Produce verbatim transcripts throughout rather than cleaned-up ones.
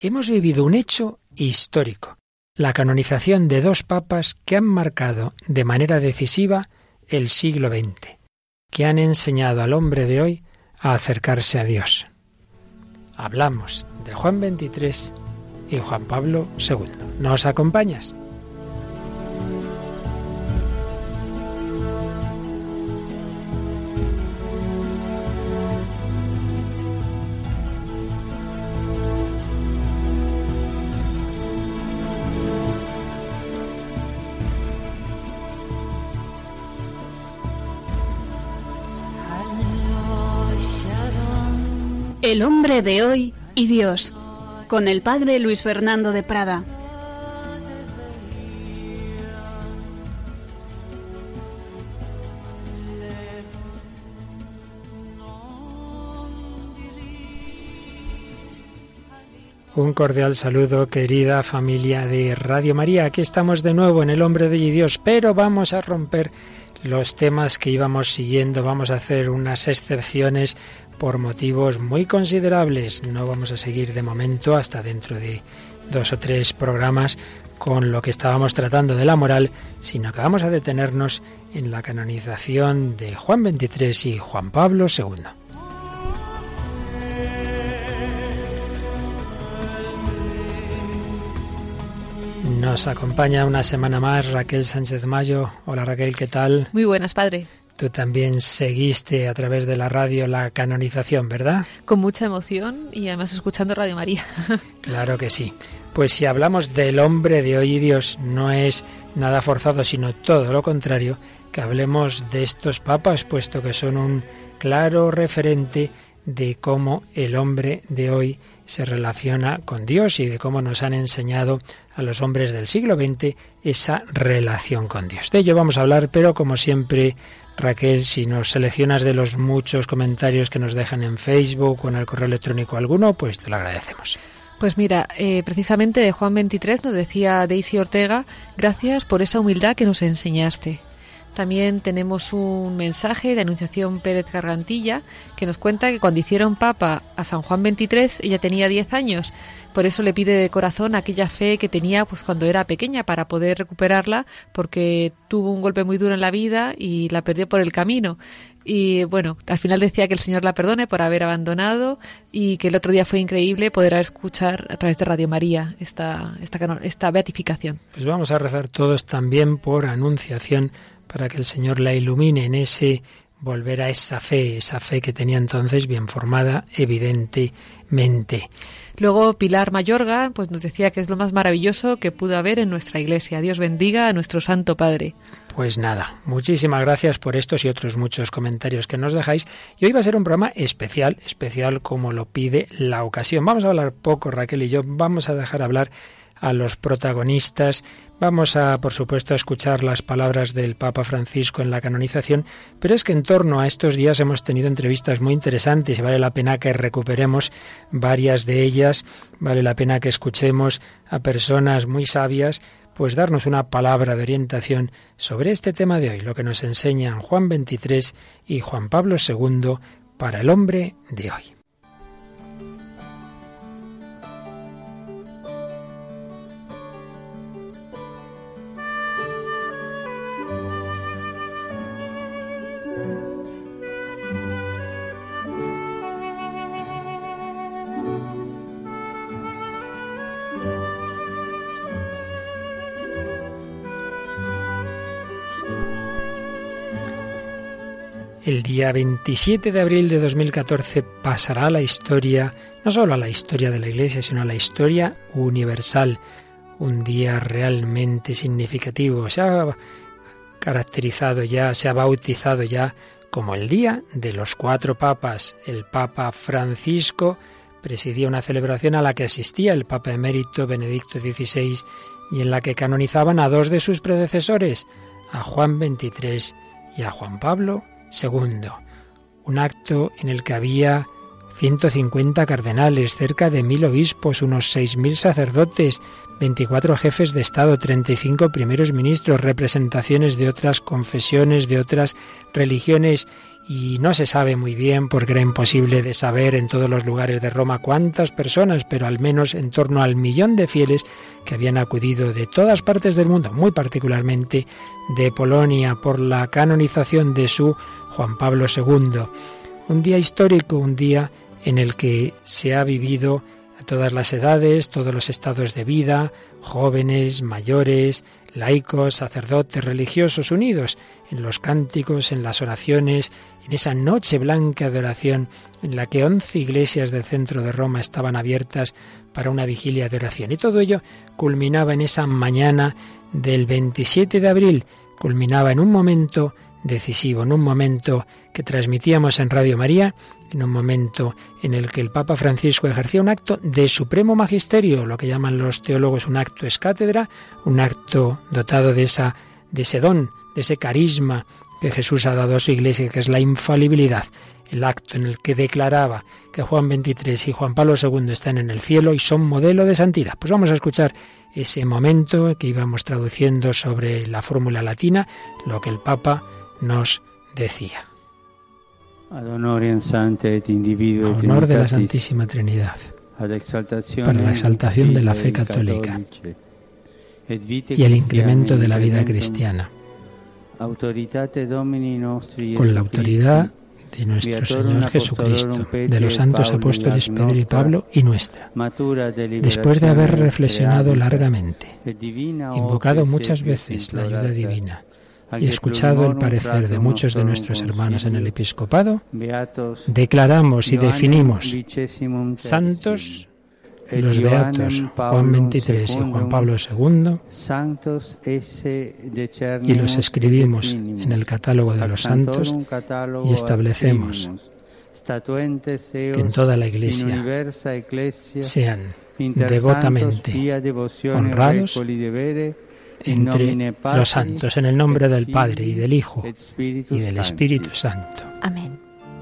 Hemos vivido un hecho histórico, la canonización de dos papas que han marcado de manera decisiva el siglo veinte, que han enseñado al hombre de hoy a acercarse a Dios. Hablamos de Juan veintitrés y Juan Pablo segundo. ¿Nos acompañas? El hombre de hoy y Dios, con el padre Luis Fernando de Prada. Un cordial saludo, querida familia de Radio María. Aquí estamos de nuevo en El hombre de hoy y Dios, pero vamos a romper los temas que íbamos siguiendo. Vamos a hacer unas excepciones por motivos muy considerables. No vamos a seguir de momento hasta dentro de dos o tres programas con lo que estábamos tratando de la moral, sino que vamos a detenernos en la canonización de Juan veintitrés y Juan Pablo segundo. Nos acompaña una semana más Raquel Sánchez Mayo. Hola Raquel, ¿qué tal? Muy buenas, padre. Tú también seguiste a través de la radio la canonización, ¿verdad? Con mucha emoción y además escuchando Radio María. Claro que sí. Pues si hablamos del hombre de hoy y Dios, no es nada forzado, sino todo lo contrario, que hablemos de estos papas, puesto que son un claro referente de cómo el hombre de hoy se relaciona con Dios y de cómo nos han enseñado a los hombres del siglo veinte esa relación con Dios. De ello vamos a hablar, pero como siempre, Raquel, si nos seleccionas de los muchos comentarios que nos dejan en Facebook o en el correo electrónico alguno, pues te lo agradecemos. Pues mira, eh, precisamente de Juan veintitrés nos decía Daisy Ortega, gracias por esa humildad que nos enseñaste. También tenemos un mensaje de Anunciación Pérez Gargantilla que nos cuenta que cuando hicieron papa a San Juan veintitrés ella tenía diez años. Por eso le pide de corazón aquella fe que tenía pues cuando era pequeña para poder recuperarla, porque tuvo un golpe muy duro en la vida y la perdió por el camino. Y bueno, al final decía que el Señor la perdone por haber abandonado y que el otro día fue increíble poder escuchar a través de Radio María esta, esta, esta beatificación. Pues vamos a rezar todos también por Anunciación, para que el Señor la ilumine en ese volver a esa fe, esa fe que tenía entonces bien formada, evidentemente. Luego Pilar Mayorga pues nos decía que es lo más maravilloso que pudo haber en nuestra iglesia. Dios bendiga a nuestro Santo Padre. Pues nada, muchísimas gracias por estos y otros muchos comentarios que nos dejáis. Y hoy va a ser un programa especial, especial como lo pide la ocasión. Vamos a hablar poco, Raquel y yo, vamos a dejar hablar a los protagonistas. Vamos a, por supuesto, a escuchar las palabras del Papa Francisco en la canonización, pero es que en torno a estos días hemos tenido entrevistas muy interesantes y vale la pena que recuperemos varias de ellas, vale la pena que escuchemos a personas muy sabias, pues darnos una palabra de orientación sobre este tema de hoy, lo que nos enseñan Juan veintitrés y Juan Pablo segundo para el hombre de hoy. El día veintisiete de abril de dos mil catorce pasará a la historia, no solo a la historia de la Iglesia, sino a la historia universal. Un día realmente significativo. Se ha caracterizado ya, se ha bautizado ya como el Día de los Cuatro Papas. El Papa Francisco presidía una celebración a la que asistía el Papa emérito Benedicto dieciséis y en la que canonizaban a dos de sus predecesores, a Juan veintitrés y a Juan Pablo segundo. Un acto en el que había ciento cincuenta cardenales, cerca de mil obispos, unos seis mil sacerdotes, veinticuatro jefes de Estado, treinta y cinco primeros ministros, representaciones de otras confesiones, de otras religiones, y no se sabe muy bien, porque era imposible de saber en todos los lugares de Roma cuántas personas, pero al menos en torno al millón de fieles que habían acudido de todas partes del mundo, muy particularmente de Polonia, por la canonización de su Juan Pablo segundo. Un día histórico, un día en el que se ha vivido a todas las edades, todos los estados de vida, jóvenes, mayores, laicos, sacerdotes, religiosos, unidos en los cánticos, en las oraciones, en esa noche blanca de oración en la que once iglesias del centro de Roma estaban abiertas para una vigilia de oración. Y todo ello culminaba en esa mañana del veintisiete de abril, culminaba en un momento decisivo, en un momento que transmitíamos en Radio María, en un momento en el que el Papa Francisco ejercía un acto de supremo magisterio, lo que llaman los teólogos un acto ex cátedra, un acto dotado de esa de ese don, de ese carisma que Jesús ha dado a su Iglesia, que es la infalibilidad, el acto en el que declaraba que Juan veintitrés y Juan Pablo segundo están en el cielo y son modelo de santidad. Pues vamos a escuchar ese momento que íbamos traduciendo sobre la fórmula latina, lo que el Papa nos decía. Ad honorem sanctae et individuo a honor de la Santísima Trinidad, para la exaltación de la fe católica y el incremento de la vida cristiana, con la autoridad de nuestro Señor Jesucristo, de los santos apóstoles Pedro y Pablo y nuestra, después de haber reflexionado largamente, invocado muchas veces la ayuda divina y escuchado el parecer de muchos de nuestros hermanos en el episcopado, declaramos y definimos santos los beatos Juan veintitrés y Juan Pablo segundo, y los escribimos en el catálogo de los santos y establecemos que en toda la Iglesia sean devotamente honrados entre los santos, en el nombre del Padre y del Hijo y del Espíritu Santo. Amén.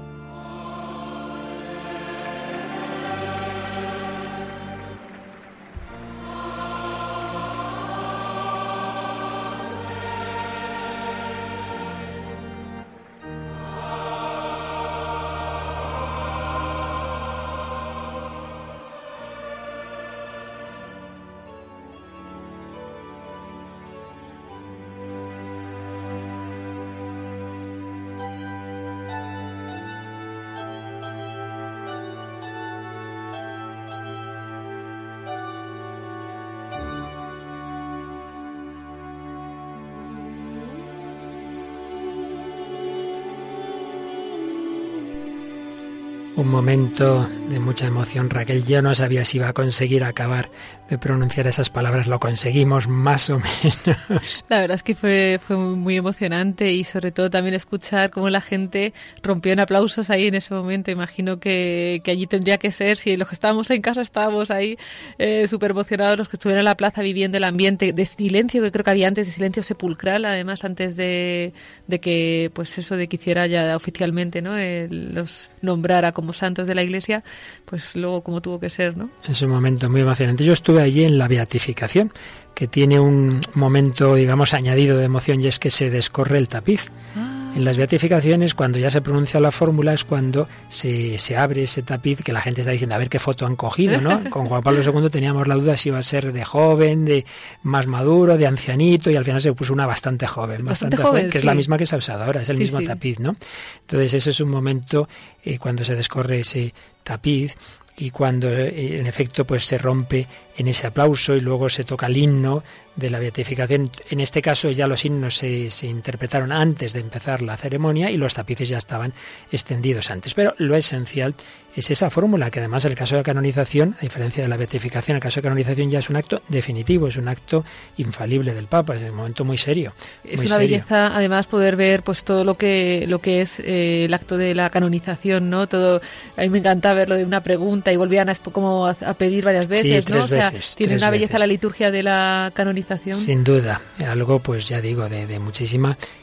Un momento de mucha emoción, Raquel. Yo no sabía si iba a conseguir acabar de pronunciar esas palabras. Lo conseguimos más o menos. La verdad es que fue, fue muy emocionante, y sobre todo también escuchar cómo la gente rompió en aplausos ahí en ese momento. Imagino que, que allí tendría que ser, si los que estábamos en casa estábamos ahí eh, súper emocionados, los que estuvieron en la plaza viviendo el ambiente de silencio, que creo que había antes, de silencio sepulcral, además, antes de, de que, pues eso, de que hiciera ya oficialmente, ¿no?, el, los nombrara como santos de la Iglesia, pues luego como tuvo que ser, ¿no? Es un momento muy emocionante. Yo estuve allí en la beatificación, que tiene un momento, digamos, añadido de emoción, y es que se descorre el tapiz. Ah. En las beatificaciones, cuando ya se pronuncia la fórmula, es cuando se, se abre ese tapiz, que la gente está diciendo, a ver qué foto han cogido, ¿no? Con Juan Pablo segundo teníamos la duda si iba a ser de joven, de más maduro, de ancianito, y al final se puso una bastante joven, bastante, bastante joven, joven, que sí. Es la misma que se ha usado ahora, es el sí, mismo sí. tapiz, ¿no? Entonces ese es un momento eh, cuando se descorre ese tapiz, y cuando eh, en efecto pues se rompe en ese aplauso, y luego se toca el himno de la beatificación. En este caso ya los himnos se, se interpretaron antes de empezar la ceremonia, y los tapices ya estaban extendidos antes. Pero lo esencial es esa fórmula, que además el caso de canonización, a diferencia de la beatificación, el caso de canonización ya es un acto definitivo, es un acto infalible del Papa, es un momento muy serio. Es muy una serio. Belleza, además, poder ver pues todo lo que lo que es eh, el acto de la canonización, ¿no? Todo, a mí me encanta verlo de una pregunta y volvían a, como a, a pedir varias veces, sí, ¿no? O sea, veces, tiene una belleza veces. La liturgia de la canonización. Sin duda, algo, pues ya digo, de, de muchísima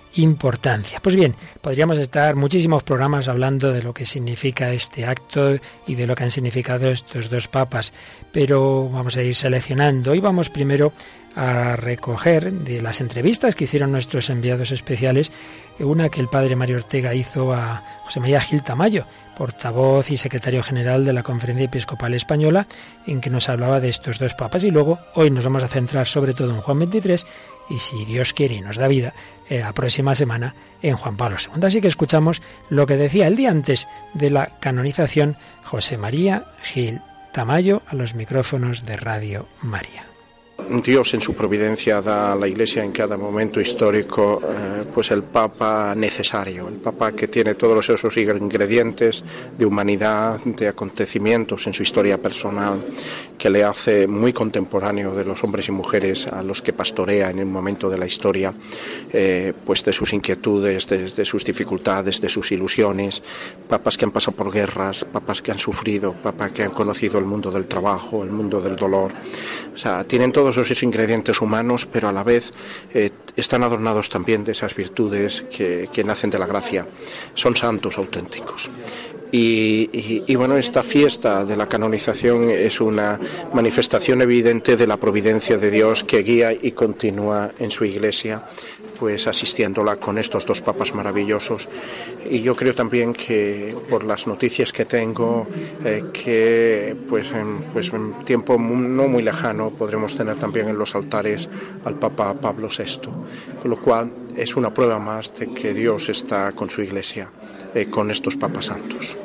importancia. Pues bien, podríamos estar muchísimos programas hablando de lo que significa este acto y de lo que han significado estos dos papas, pero vamos a ir seleccionando. Hoy vamos primero a recoger de las entrevistas que hicieron nuestros enviados especiales, una que el padre Mario Ortega hizo a José María Gil Tamayo, portavoz y secretario general de la Conferencia Episcopal Española, en que nos hablaba de estos dos papas. Y luego, hoy nos vamos a centrar sobre todo en Juan veintitrés y, si Dios quiere y nos da vida, eh, la próxima semana en Juan Pablo segundo. Así que escuchamos lo que decía el día antes de la canonización José María Gil Tamayo a los micrófonos de Radio María. Dios en su providencia da a la Iglesia en cada momento histórico eh, pues el Papa necesario, el Papa que tiene todos esos ingredientes de humanidad, de acontecimientos en su historia personal, que le hace muy contemporáneo de los hombres y mujeres a los que pastorea en el momento de la historia, eh, pues de sus inquietudes, de, de sus dificultades, de sus ilusiones, papas que han pasado por guerras, papas que han sufrido, papas que han conocido el mundo del trabajo, el mundo del dolor. O sea, tienen todos esos ingredientes humanos, pero a la vez eh, están adornados también de esas virtudes que, que nacen de la gracia. Son santos auténticos. Y, y, y bueno, esta fiesta de la canonización es una manifestación evidente de la providencia de Dios que guía y continúa en su Iglesia, pues asistiéndola con estos dos papas maravillosos. Y yo creo también que por las noticias que tengo, eh, que pues en, pues en tiempo no muy lejano podremos tener también en los altares al Papa Pablo sexto, con lo cual es una prueba más de que Dios está con su Iglesia, eh, con estos papas santos.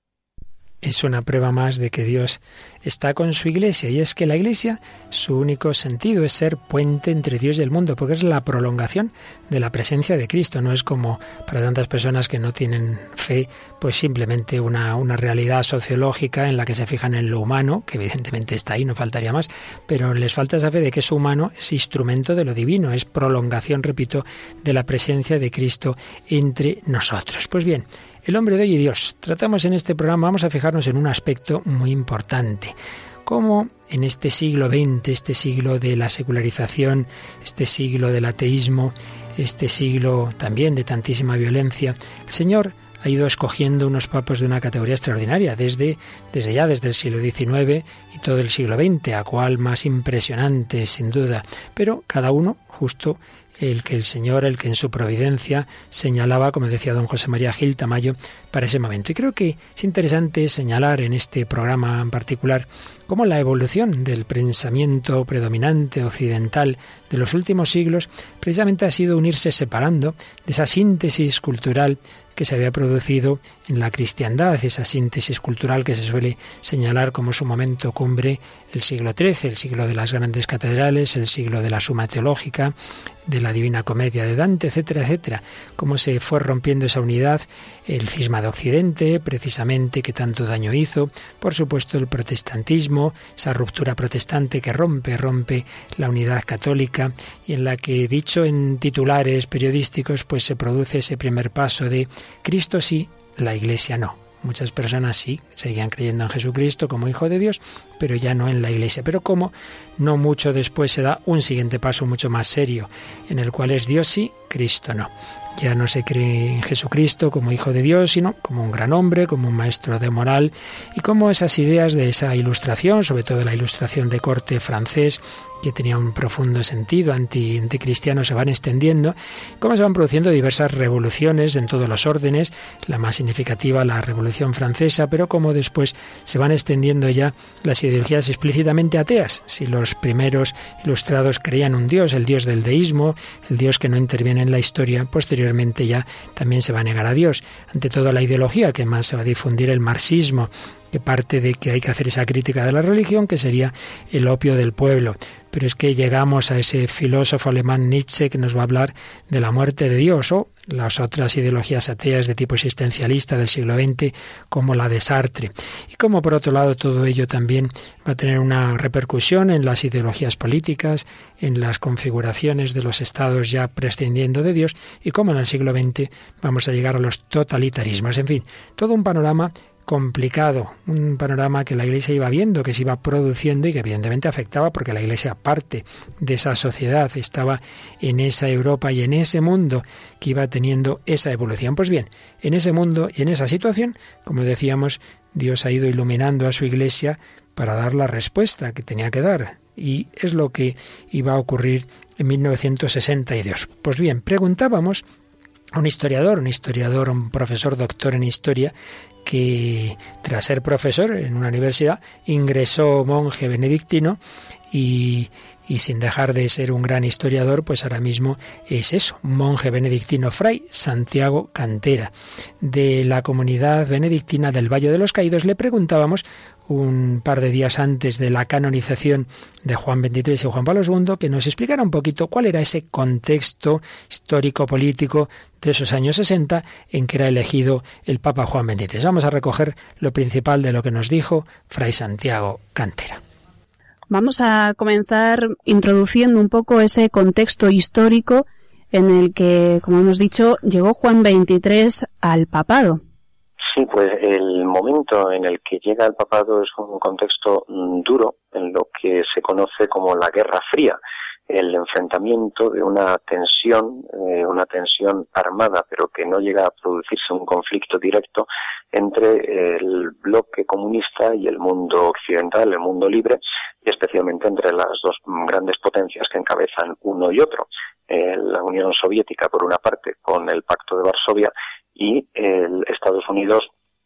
Es una prueba más de que Dios está con su Iglesia, y es que la Iglesia, su único sentido es ser puente entre Dios y el mundo, porque es la prolongación de la presencia de Cristo. No es como para tantas personas que no tienen fe, pues simplemente una, una realidad sociológica en la que se fijan en lo humano, que evidentemente está ahí, no faltaría más, pero les falta esa fe de que es humano, es instrumento de lo divino, es prolongación, repito, de la presencia de Cristo entre nosotros. Pues bien, el hombre de hoy y Dios. Tratamos en este programa, vamos a fijarnos en un aspecto muy importante. Cómo en este siglo veinte, este siglo de la secularización, este siglo del ateísmo, este siglo también de tantísima violencia, el Señor ha ido escogiendo unos papas de una categoría extraordinaria, desde, desde ya desde el siglo diecinueve y todo el siglo veinte, a cual más impresionante, sin duda, pero cada uno justo el que el Señor, el que en su providencia señalaba, como decía don José María Gil Tamayo, para ese momento. Y creo que es interesante señalar en este programa en particular cómo la evolución del pensamiento predominante occidental de los últimos siglos precisamente ha sido unirse separando de esa síntesis cultural que se había producido en la cristiandad, esa síntesis cultural que se suele señalar como su momento cumbre, el siglo trece, el siglo de las grandes catedrales, el siglo de la Suma Teológica, de la Divina Comedia de Dante, etcétera, etcétera. Cómo se fue rompiendo esa unidad, el cisma de Occidente, precisamente, que tanto daño hizo, por supuesto el protestantismo, esa ruptura protestante que rompe, rompe la unidad católica, y en la que, dicho en titulares periodísticos, pues se produce ese primer paso de Cristo sí, la Iglesia no. Muchas personas sí seguían creyendo en Jesucristo como Hijo de Dios, pero ya no en la Iglesia. Pero como no mucho después se da un siguiente paso mucho más serio, en el cual es Dios sí, Cristo no. Ya no se cree en Jesucristo como Hijo de Dios, sino como un gran hombre, como un maestro de moral, y como esas ideas de esa ilustración, sobre todo la ilustración de corte francés, que tenía un profundo sentido anti, anticristiano, se van extendiendo, cómo se van produciendo diversas revoluciones en todos los órdenes, la más significativa la Revolución Francesa, pero cómo después se van extendiendo ya las ideologías explícitamente ateas. Si los primeros ilustrados creían un Dios, el Dios del deísmo, el Dios que no interviene en la historia, posteriormente ya también se va a negar a Dios. Ante todo la ideología que más se va a difundir, el marxismo, que parte de que hay que hacer esa crítica de la religión, que sería el opio del pueblo. Pero es que llegamos a ese filósofo alemán Nietzsche que nos va a hablar de la muerte de Dios, o las otras ideologías ateas de tipo existencialista del siglo veinte, como la de Sartre. Y como por otro lado todo ello también va a tener una repercusión en las ideologías políticas, en las configuraciones de los estados ya prescindiendo de Dios, y como en el siglo veinte vamos a llegar a los totalitarismos. En fin, todo un panorama complicado, un panorama que la Iglesia iba viendo, que se iba produciendo y que evidentemente afectaba porque la Iglesia, parte de esa sociedad, estaba en esa Europa y en ese mundo que iba teniendo esa evolución. Pues bien, en ese mundo y en esa situación, como decíamos, Dios ha ido iluminando a su Iglesia para dar la respuesta que tenía que dar. Y es lo que iba a ocurrir en mil novecientos sesenta y dos. Pues bien, preguntábamos a un historiador, un historiador, un profesor doctor en historia, que tras ser profesor en una universidad ingresó monje benedictino y, y sin dejar de ser un gran historiador, pues ahora mismo es eso, monje benedictino, Fray Santiago Cantera, de la comunidad benedictina del Valle de los Caídos. Le preguntábamos un par de días antes de la canonización de Juan veintitrés y Juan Pablo segundo, que nos explicara un poquito cuál era ese contexto histórico-político de esos años sesenta en que era elegido el Papa Juan veintitrés. Vamos a recoger lo principal de lo que nos dijo Fray Santiago Cantera. Vamos a comenzar introduciendo un poco ese contexto histórico en el que, como hemos dicho, llegó Juan veintitrés al papado. Sí, pues el momento en el que llega el papado es un contexto duro en lo que se conoce como la Guerra Fría, el enfrentamiento de una tensión, eh, una tensión armada, pero que no llega a producirse un conflicto directo entre el bloque comunista y el mundo occidental, el mundo libre, y especialmente entre las dos grandes potencias que encabezan uno y otro, eh, la Unión Soviética por una parte con el Pacto de Varsovia y el Estados Unidos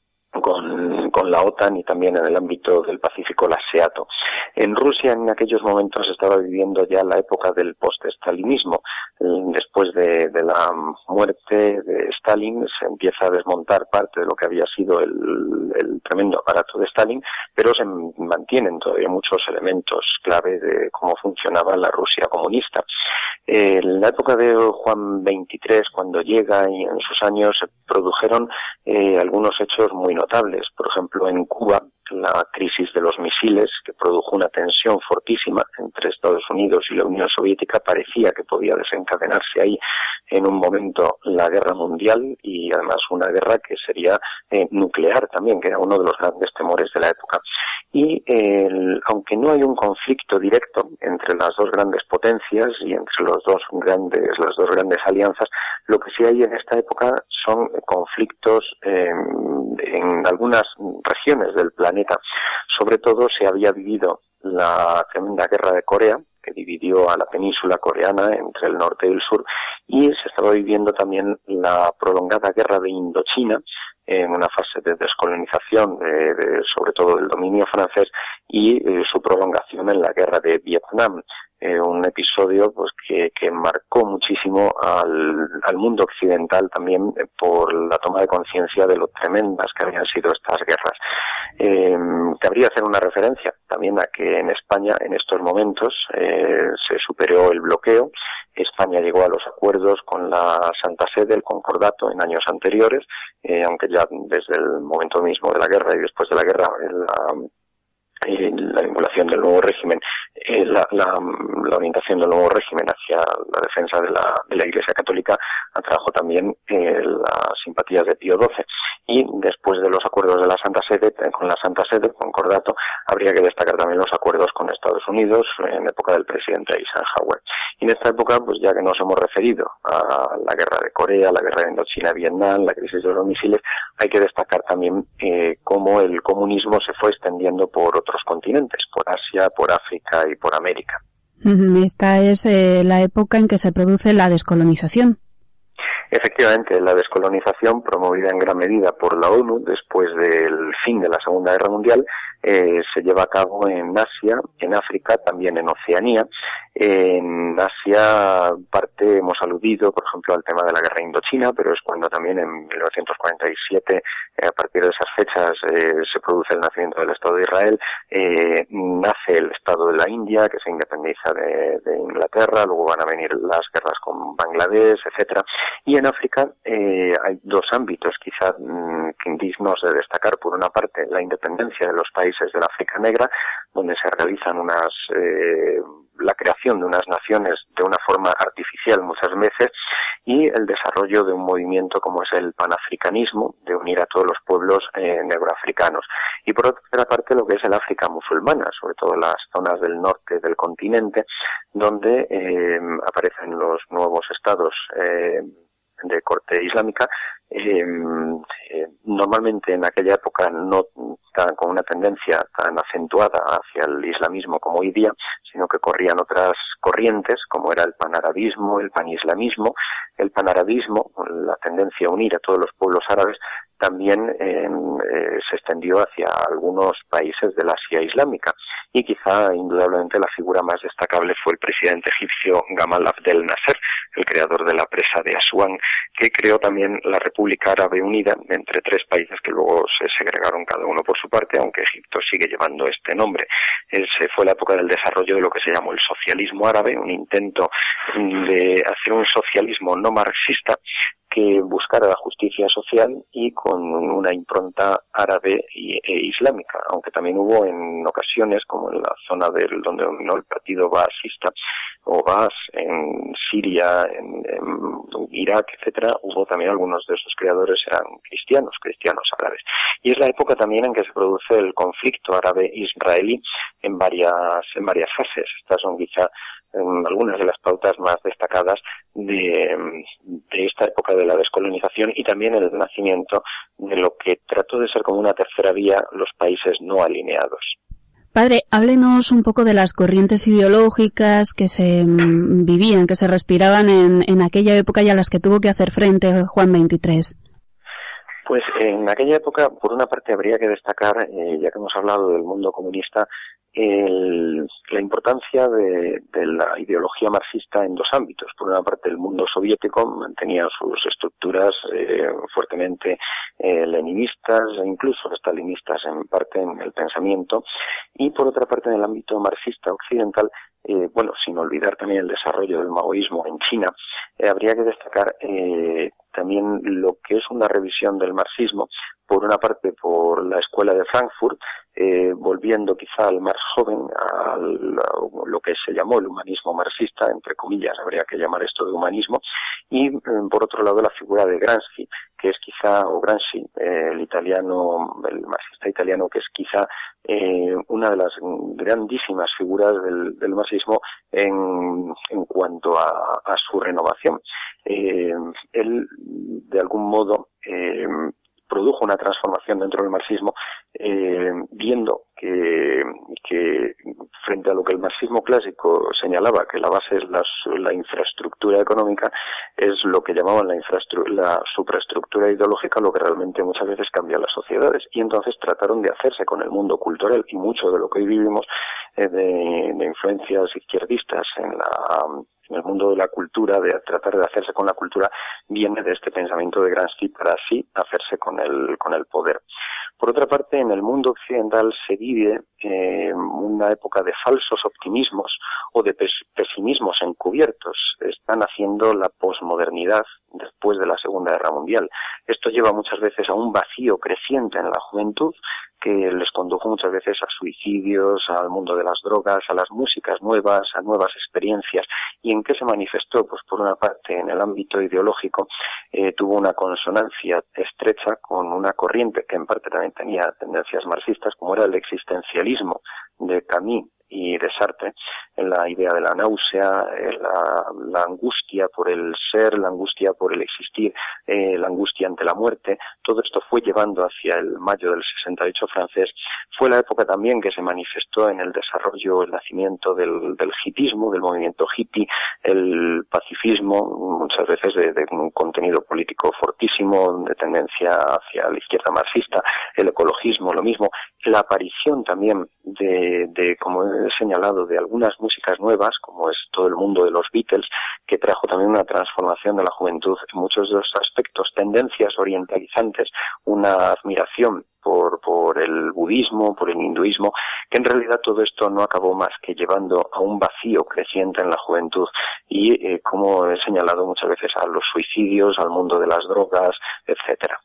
con, con la OTAN y también en el ámbito del Pacífico la SEATO. En Rusia en aquellos momentos estaba viviendo ya la época del post-stalinismo. Después de, de la muerte de Stalin se empieza a desmontar parte de lo que había sido el, el tremendo aparato de Stalin, pero se mantienen todavía muchos elementos clave de cómo funcionaba la Rusia comunista. En la época de Juan veintitrés, cuando llega y en sus años se produjeron eh, algunos hechos muy notables. Por ejemplo, en Cuba, la crisis de los misiles, que produjo una tensión fortísima entre Estados Unidos y la Unión Soviética, parecía que podía desencadenarse ahí en un momento la guerra mundial y además una guerra que sería eh, nuclear también, que era uno de los grandes temores de la época. Y eh, aunque no hay un conflicto directo entre las dos grandes potencias y entre los dos grandes, las dos grandes alianzas, lo que sí hay en esta época son conflictos eh, en algunas regiones del planeta. Sobre todo se había vivido la tremenda guerra de Corea, que dividió a la península coreana entre el norte y el sur, y se estaba viviendo también la prolongada guerra de Indochina, en una fase de descolonización, de, de, sobre todo del dominio francés, y eh, su prolongación en la guerra de Vietnam. Eh, un episodio pues que, que marcó muchísimo al, al mundo occidental también eh, por la toma de conciencia de lo tremendas que habían sido estas guerras. Eh, cabría hacer una referencia también a que en España en estos momentos eh, se superó el bloqueo. España llegó a los acuerdos con la Santa Sede, el Concordato, en años anteriores, eh, aunque ya desde el momento mismo de la guerra y después de la guerra la Eh, la vinculación del nuevo régimen, eh, la, la, la orientación del nuevo régimen hacia la defensa de la, de la Iglesia Católica atrajo también eh, las simpatías de Pío doce. Y después de los acuerdos de la Santa Sede, eh, con la Santa Sede, concordato, habría que destacar también los acuerdos con Estados Unidos en época del presidente Eisenhower. Y en esta época, pues ya que nos hemos referido a la guerra de Corea, la guerra de Indochina, Vietnam, la crisis de los misiles, hay que destacar también eh, cómo el comunismo se fue extendiendo por otros continentes, por Asia, por África y por América. Esta es eh, la época en que se produce la descolonización. Efectivamente, la descolonización, promovida en gran medida por la ONU después del fin de la Segunda Guerra Mundial, eh, se lleva a cabo en Asia, en África, también en Oceanía. En Asia, parte hemos aludido, por ejemplo, al tema de la guerra indochina, pero es cuando también en mil novecientos cuarenta y siete, eh, a partir de esas fechas, eh, se produce el nacimiento del Estado de Israel, eh, nace el Estado de la India, que se independiza de, de Inglaterra, luego van a venir las guerras con Bangladesh, etcétera. Y en África eh, hay dos ámbitos quizás mmm, dignos de destacar. Por una parte, la independencia de los países de la África Negra, donde se realizan unas eh, la creación de unas naciones de una forma artificial muchas veces, y el desarrollo de un movimiento como es el panafricanismo, de unir a todos los pueblos eh, negroafricanos. Y por otra parte lo que es el África musulmana, sobre todo las zonas del norte del continente, donde eh, aparecen los nuevos estados eh, de corte islámica, eh, eh, normalmente en aquella época no tan, con una tendencia tan acentuada hacia el islamismo como hoy día, sino que corrían otras corrientes, como era el panarabismo, el panislamismo. El panarabismo, la tendencia a unir a todos los pueblos árabes, también eh, eh, se extendió hacia algunos países del Asia islámica, y quizá indudablemente la figura más destacable fue el presidente egipcio Gamal Abdel Nasser, el creador de la presa de Asuán, que creó también la República Árabe Unida entre tres países que luego se segregaron cada uno por su parte, aunque Egipto sigue llevando este nombre. Ese fue la época del desarrollo de lo que se llamó el socialismo árabe, un intento de hacer un socialismo no marxista que buscara la justicia social y con una impronta árabe e islámica, aunque también hubo en ocasiones, como en la zona del donde dominó el partido baasista o Baas, en Siria, en, en Irak, etcétera, hubo también algunos de sus creadores eran cristianos, cristianos árabes. Y es la época también en que se produce el conflicto árabe-israelí en varias, en varias fases. Estas son quizá en algunas de las pautas más destacadas de, de esta época de la descolonización y también el nacimiento de lo que trató de ser como una tercera vía, los países no alineados. Padre, háblenos un poco de las corrientes ideológicas que se mmm, vivían, que se respiraban en, en aquella época y a las que tuvo que hacer frente Juan veintitrés. Pues en aquella época, por una parte, habría que destacar, eh, ya que hemos hablado del mundo comunista, el, la importancia de, de la ideología marxista en dos ámbitos. Por una parte, el mundo soviético mantenía sus estructuras eh, fuertemente eh, leninistas e incluso stalinistas en parte en el pensamiento, y por otra parte, en el ámbito marxista occidental, eh, bueno, sin olvidar también el desarrollo del maoísmo en China, eh, habría que destacar eh, también lo que es una revisión del marxismo, por una parte por la Escuela de Frankfurt, eh, volviendo quizá al más joven, a lo que se llamó el humanismo marxista, entre comillas, habría que llamar esto de humanismo, y eh, por otro lado la figura de Gramsci, que es quizá, o Gramsci, eh, el italiano, el marxista italiano, que es quizá eh, una de las grandísimas figuras del, del marxismo en, en cuanto a, a su renovación. Eh, él, de algún modo, eh, produjo una transformación dentro del marxismo, eh, viendo que, que frente a lo que el marxismo clásico señalaba, que la base es la, la infraestructura económica, es lo que llamaban la, infraestru- la supraestructura ideológica, lo que realmente muchas veces cambia las sociedades. Y entonces trataron de hacerse con el mundo cultural, y mucho de lo que hoy vivimos eh, de, de influencias izquierdistas en la en el mundo de la cultura, de tratar de hacerse con la cultura, viene de este pensamiento de Gramsci para así hacerse con el, con el poder. Por otra parte, en el mundo occidental se vive eh, una época de falsos optimismos o de pes- pesimismos encubiertos. Están haciendo la posmodernidad después de la Segunda Guerra Mundial. Esto lleva muchas veces a un vacío creciente en la juventud, que les condujo muchas veces a suicidios, al mundo de las drogas, a las músicas nuevas, a nuevas experiencias. ¿Y en qué se manifestó? Pues por una parte, en el ámbito ideológico, eh, tuvo una consonancia estrecha con una corriente que en parte también tenía tendencias marxistas, como era el existencialismo de Camus y de Sartre, en la idea de la náusea, la, la angustia por el ser, la angustia por el existir, eh, la angustia ante la muerte. Todo esto fue llevando hacia el mayo del sesenta y ocho francés. Fue la época también que se manifestó en el desarrollo, el nacimiento del, del hipismo, del movimiento hippie, el pacifismo, muchas veces de, de un contenido político fortísimo, de tendencia hacia la izquierda marxista, el ecologismo, lo mismo, la aparición también de, de como he señalado, de algunas músicas nuevas, como es todo el mundo de los Beatles, que trajo también una transformación de la juventud en muchos de los aspectos, tendencias orientalizantes, una admiración por, por el budismo, por el hinduismo, que en realidad todo esto no acabó más que llevando a un vacío creciente en la juventud y, eh, como he señalado muchas veces, a los suicidios, al mundo de las drogas, etcétera.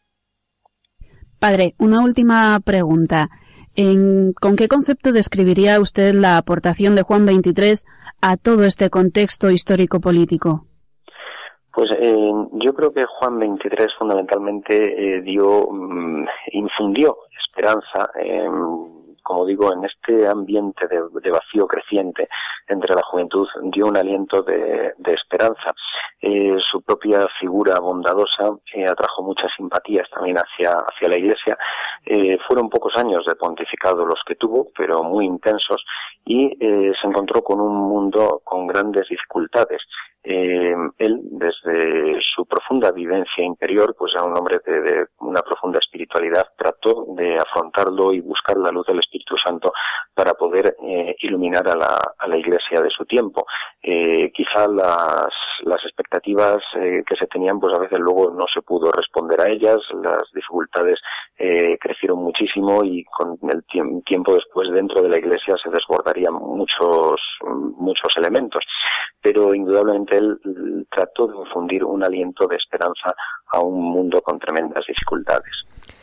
Padre, una última pregunta. En, ¿Con qué concepto describiría usted la aportación de Juan veintitrés a todo este contexto histórico-político? Pues eh, yo creo que Juan veintitrés fundamentalmente eh, dio, mm, infundió esperanza, eh, como digo, en este ambiente de, de vacío creciente entre la juventud, dio un aliento de, de esperanza. Eh, su propia figura bondadosa eh, atrajo muchas simpatías también hacia, hacia la Iglesia. Eh, fueron pocos años de pontificado los que tuvo, pero muy intensos, y eh, se encontró con un mundo con grandes dificultades. Eh, él, desde su profunda vivencia interior, pues era un hombre de, de una profunda espiritualidad, trató de afrontarlo y buscar la luz del Espíritu Santo para poder eh, iluminar a la, a la Iglesia de su tiempo. Eh, quizá las, las expectativas eh, que se tenían, pues a veces luego no se pudo responder a ellas, las dificultades eh, crecieron muchísimo y con el tiemp- tiempo después dentro de la Iglesia se desbordarían muchos, muchos elementos. Pero indudablemente él trató de infundir un aliento de esperanza a un mundo con tremendas dificultades.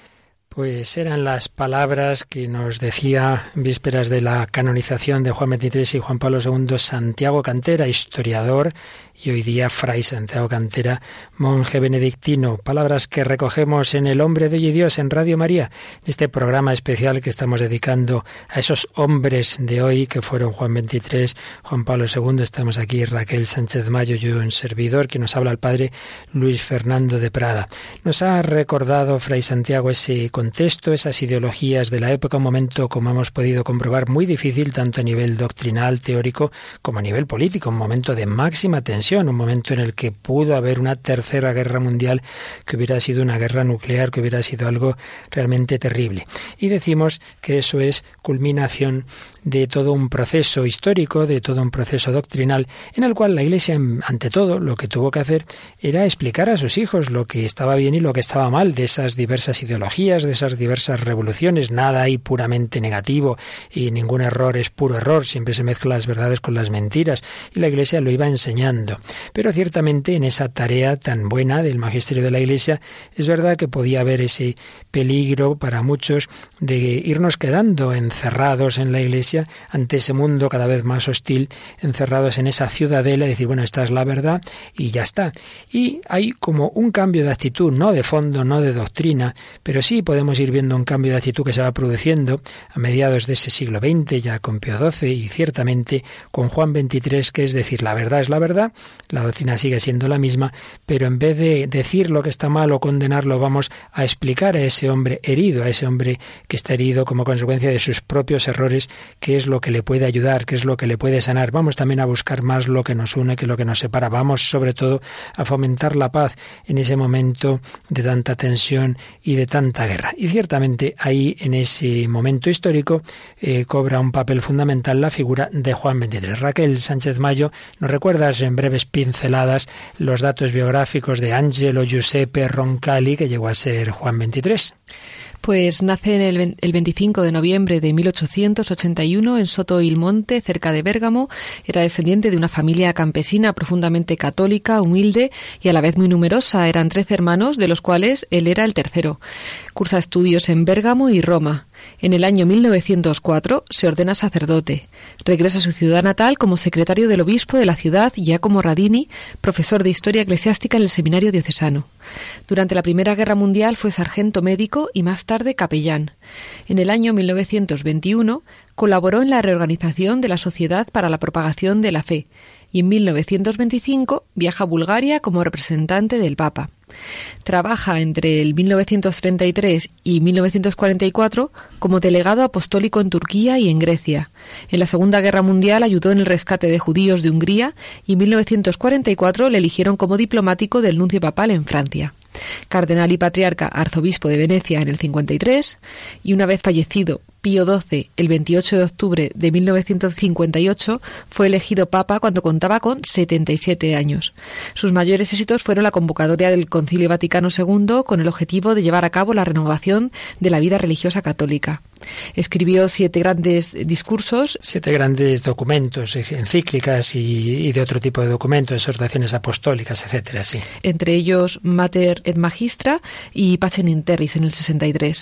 Pues eran las palabras que nos decía en vísperas de la canonización de Juan veintitrés y Juan Pablo segundo Santiago Cantera, historiador, y hoy día Fray Santiago Cantera, monje benedictino. Palabras que recogemos en El Hombre de Hoy y Dios en Radio María, este programa especial que estamos dedicando a esos hombres de hoy que fueron Juan veintitrés, Juan Pablo segundo. Estamos aquí Raquel Sánchez Mayo y un servidor que nos habla el padre Luis Fernando de Prada. Nos ha recordado Fray Santiago ese contexto, esas ideologías de la época, un momento, como hemos podido comprobar, muy difícil tanto a nivel doctrinal, teórico, como a nivel político, un momento de máxima tensión, un momento en el que pudo haber una tercera guerra mundial que hubiera sido una guerra nuclear, que hubiera sido algo realmente terrible. Y decimos que eso es culminación de todo un proceso histórico, de todo un proceso doctrinal, en el cual la Iglesia, ante todo, lo que tuvo que hacer era explicar a sus hijos lo que estaba bien y lo que estaba mal de esas diversas ideologías, de esas diversas revoluciones. Nada hay puramente negativo y ningún error es puro error, siempre se mezclan las verdades con las mentiras, y la Iglesia lo iba enseñando. Pero ciertamente en esa tarea tan buena del magisterio de la Iglesia es verdad que podía haber ese peligro para muchos de irnos quedando encerrados en la Iglesia ante ese mundo cada vez más hostil, encerrados en esa ciudadela y decir, bueno, esta es la verdad y ya está. Y hay como un cambio de actitud, no de fondo, no de doctrina, pero sí podemos ir viendo un cambio de actitud que se va produciendo a mediados de ese siglo veinte, ya con Pío doce y ciertamente con Juan veintitrés, que es decir, la verdad es la verdad, la doctrina sigue siendo la misma, pero en vez de decir lo que está mal o condenarlo, vamos a explicar a ese hombre herido, a ese hombre que está herido como consecuencia de sus propios errores, qué es lo que le puede ayudar, qué es lo que le puede sanar. Vamos también a buscar más lo que nos une que lo que nos separa. Vamos sobre todo a fomentar la paz en ese momento de tanta tensión y de tanta guerra. Y ciertamente ahí, en ese momento histórico, eh, cobra un papel fundamental la figura de Juan veintitrés. Raquel Sánchez Mayo, ¿nos recuerdas en breves pinceladas los datos biográficos de Angelo Giuseppe Roncalli, que llegó a ser Juan veintitrés? Pues nace en el, el veinticinco de noviembre de mil ochocientos ochenta y uno en Soto il Monte, cerca de Bérgamo. Era descendiente de una familia campesina profundamente católica, humilde y a la vez muy numerosa. Eran trece hermanos, de los cuales él era el tercero. Cursa estudios en Bérgamo y Roma. En el año mil novecientos cuatro se ordena sacerdote. Regresa a su ciudad natal como secretario del obispo de la ciudad y Giacomo Radini, profesor de historia eclesiástica en el seminario diocesano. Durante la Primera Guerra Mundial fue sargento médico y más tarde capellán. En el año mil novecientos veintiuno colaboró en la reorganización de la Sociedad para la Propagación de la Fe y en mil novecientos veinticinco viaja a Bulgaria como representante del Papa. Trabaja entre el mil novecientos treinta y tres y mil novecientos cuarenta y cuatro como delegado apostólico en Turquía y en Grecia. En la Segunda Guerra Mundial ayudó en el rescate de judíos de Hungría y en mil novecientos cuarenta y cuatro le eligieron como diplomático del nuncio papal en Francia. Cardenal y patriarca arzobispo de Venecia en el cincuenta y tres y una vez fallecido Pío doce, el veintiocho de octubre de mil novecientos cincuenta y ocho, fue elegido papa cuando contaba con setenta y siete años. Sus mayores éxitos fueron la convocatoria del Concilio Vaticano segundo con el objetivo de llevar a cabo la renovación de la vida religiosa católica. Escribió siete grandes discursos. Siete grandes documentos, encíclicas y, y de otro tipo de documentos, exhortaciones apostólicas, etcétera, sí. Entre ellos Mater et Magistra y Pacem in Terris en el sesenta y tres.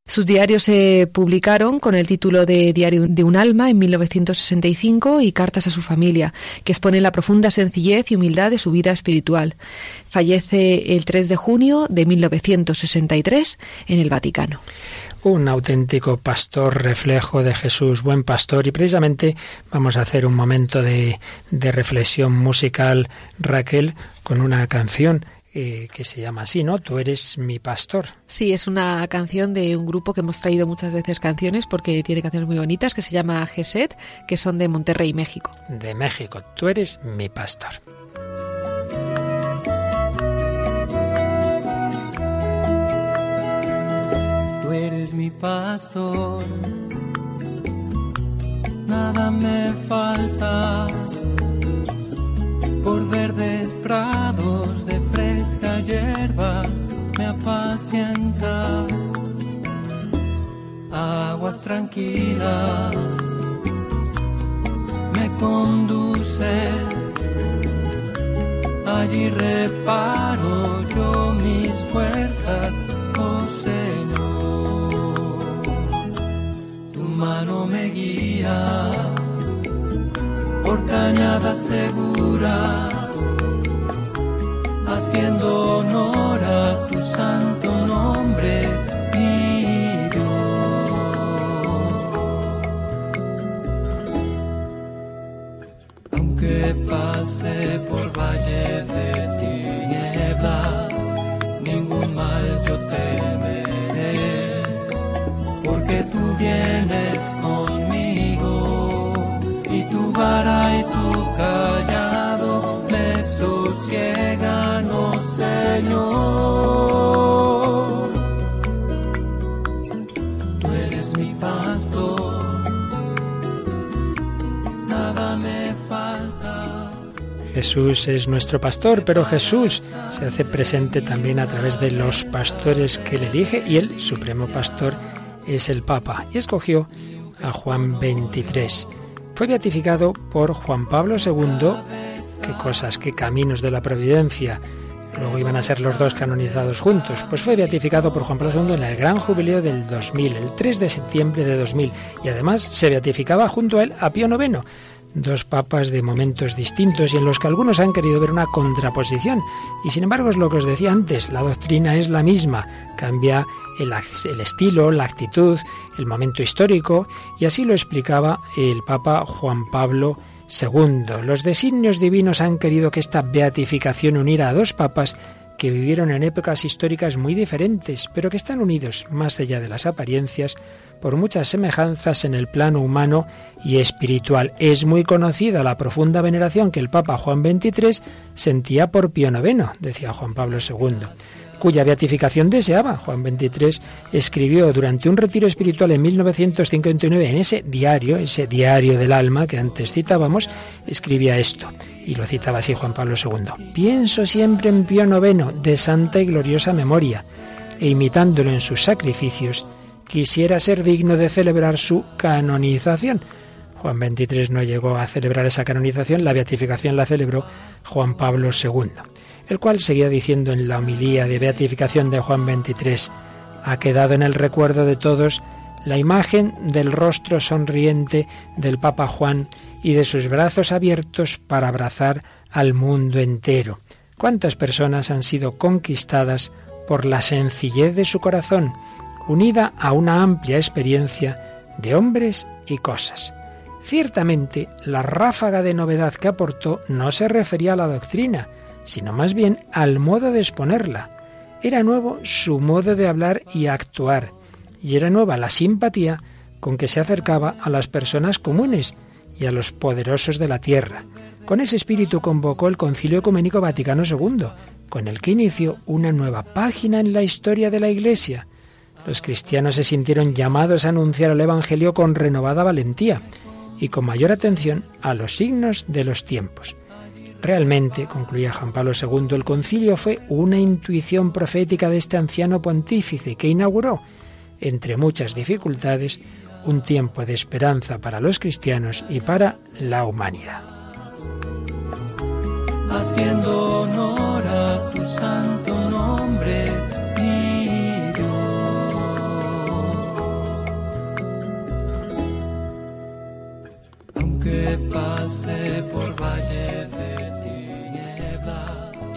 Sus diarios se publicaron con el título de Diario de un alma en mil novecientos sesenta y cinco y Cartas a su familia, que exponen la profunda sencillez y humildad de su vida espiritual. Fallece el tres de junio de mil novecientos sesenta y tres en el Vaticano. Un auténtico pastor, reflejo de Jesús, buen pastor, y precisamente vamos a hacer un momento de, de reflexión musical, Raquel, con una canción Eh, que se llama así, ¿no? Tú eres mi pastor. Sí, es una canción de un grupo que hemos traído muchas veces canciones porque tiene canciones muy bonitas, que se llama Geset, que son de Monterrey, México. De México. Tú eres mi pastor. Tú eres mi pastor, nada me falta. Por verdes prados de fresca hierba me apacientas, aguas tranquilas me conduces, allí reparo yo mis fuerzas, oh Señor. Tu mano me guía por cañadas seguras, haciendo honor a tu santo nombre, mi Dios. Aunque pase por valle de tinieblas, ningún mal yo temeré, porque tú vienes conmigo, y tu vara y tu callado me sosiegan, oh Señor. Tú eres mi pastor, nada me falta. Jesús es nuestro pastor, pero Jesús se hace presente también a través de los pastores que él elige, y el supremo pastor es el Papa, y escogió a Juan veintitrés. Fue beatificado por Juan Pablo segundo, qué cosas, qué caminos de la providencia. Luego iban a ser los dos canonizados juntos. Pues fue beatificado por Juan Pablo segundo en el gran jubileo del dos mil, el tres de septiembre de dos mil. Y además se beatificaba junto a él a Pío noveno. Dos papas de momentos distintos y en los que algunos han querido ver una contraposición. Y sin embargo es lo que os decía antes, la doctrina es la misma, cambia el, el estilo, la actitud, el momento histórico, y así lo explicaba el Papa Juan Pablo segundo. Los designios divinos han querido que esta beatificación uniera a dos papas que vivieron en épocas históricas muy diferentes, pero que están unidos, más allá de las apariencias, por muchas semejanzas en el plano humano y espiritual. Es muy conocida la profunda veneración que el Papa Juan veintitrés sentía por Pío noveno, decía Juan Pablo segundo, cuya beatificación deseaba. Juan veintitrés escribió durante un retiro espiritual en mil novecientos cincuenta y nueve en ese diario, ese diario del alma que antes citábamos, escribía esto, y lo citaba así Juan Pablo segundo. Pienso siempre en Pío noveno, de santa y gloriosa memoria, e imitándolo en sus sacrificios, quisiera ser digno de celebrar su canonización. Juan veintitrés no llegó a celebrar esa canonización, la beatificación la celebró Juan Pablo segundo, el cual seguía diciendo en la homilía de beatificación de Juan veintitrés, ha quedado en el recuerdo de todos la imagen del rostro sonriente del Papa Juan y de sus brazos abiertos para abrazar al mundo entero. ¿Cuántas personas han sido conquistadas por la sencillez de su corazón, unida a una amplia experiencia de hombres y cosas? Ciertamente, la ráfaga de novedad que aportó no se refería a la doctrina, sino más bien al modo de exponerla. Era nuevo su modo de hablar y actuar, y era nueva la simpatía con que se acercaba a las personas comunes y a los poderosos de la tierra. Con ese espíritu convocó el Concilio Ecuménico Vaticano segundo, con el que inició una nueva página en la historia de la Iglesia. Los cristianos se sintieron llamados a anunciar el Evangelio con renovada valentía y con mayor atención a los signos de los tiempos. Realmente, concluía Juan Pablo segundo, el concilio fue una intuición profética de este anciano pontífice que inauguró, entre muchas dificultades, un tiempo de esperanza para los cristianos y para la humanidad. Haciendo honor a tu santo nombre, mi Dios.